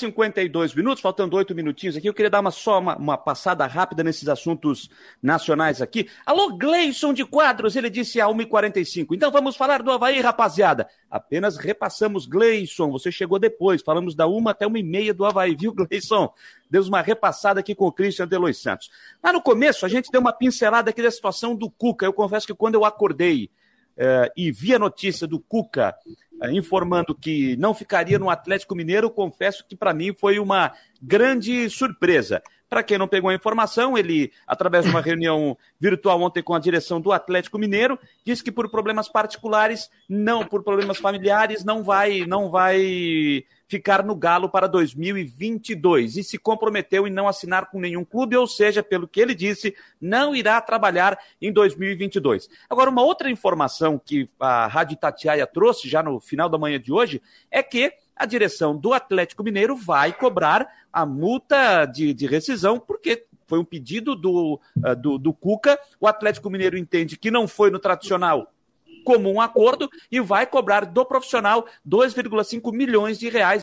1h52, faltando 8 minutinhos aqui, eu queria dar uma passada rápida nesses assuntos nacionais aqui. Alô, Gleison de Quadros, ele disse a 1h45, então vamos falar do Avaí, rapaziada. Apenas repassamos, Gleison, você chegou depois, falamos da 1 até 1h30 do Avaí, viu, Gleison? Demos uma repassada aqui com o Christian Delois Santos. Lá no começo, a gente deu uma pincelada aqui da situação do Cuca. Eu confesso que quando eu acordei e vi a notícia do Cuca informando que não ficaria no Atlético Mineiro, confesso que para mim foi uma grande surpresa. Para quem não pegou a informação, ele, através de uma reunião virtual ontem com a direção do Atlético Mineiro, disse que por problemas particulares, por problemas familiares, não vai ficar no Galo para 2022 e se comprometeu em não assinar com nenhum clube, ou seja, pelo que ele disse, não irá trabalhar em 2022. Agora, uma outra informação que a Rádio Itatiaia trouxe já no final da manhã de hoje é que a direção do Atlético Mineiro vai cobrar a multa de rescisão, porque foi um pedido do Cuca. O Atlético Mineiro entende que não foi no tradicional comum acordo e vai cobrar do profissional 2,5 milhões de reais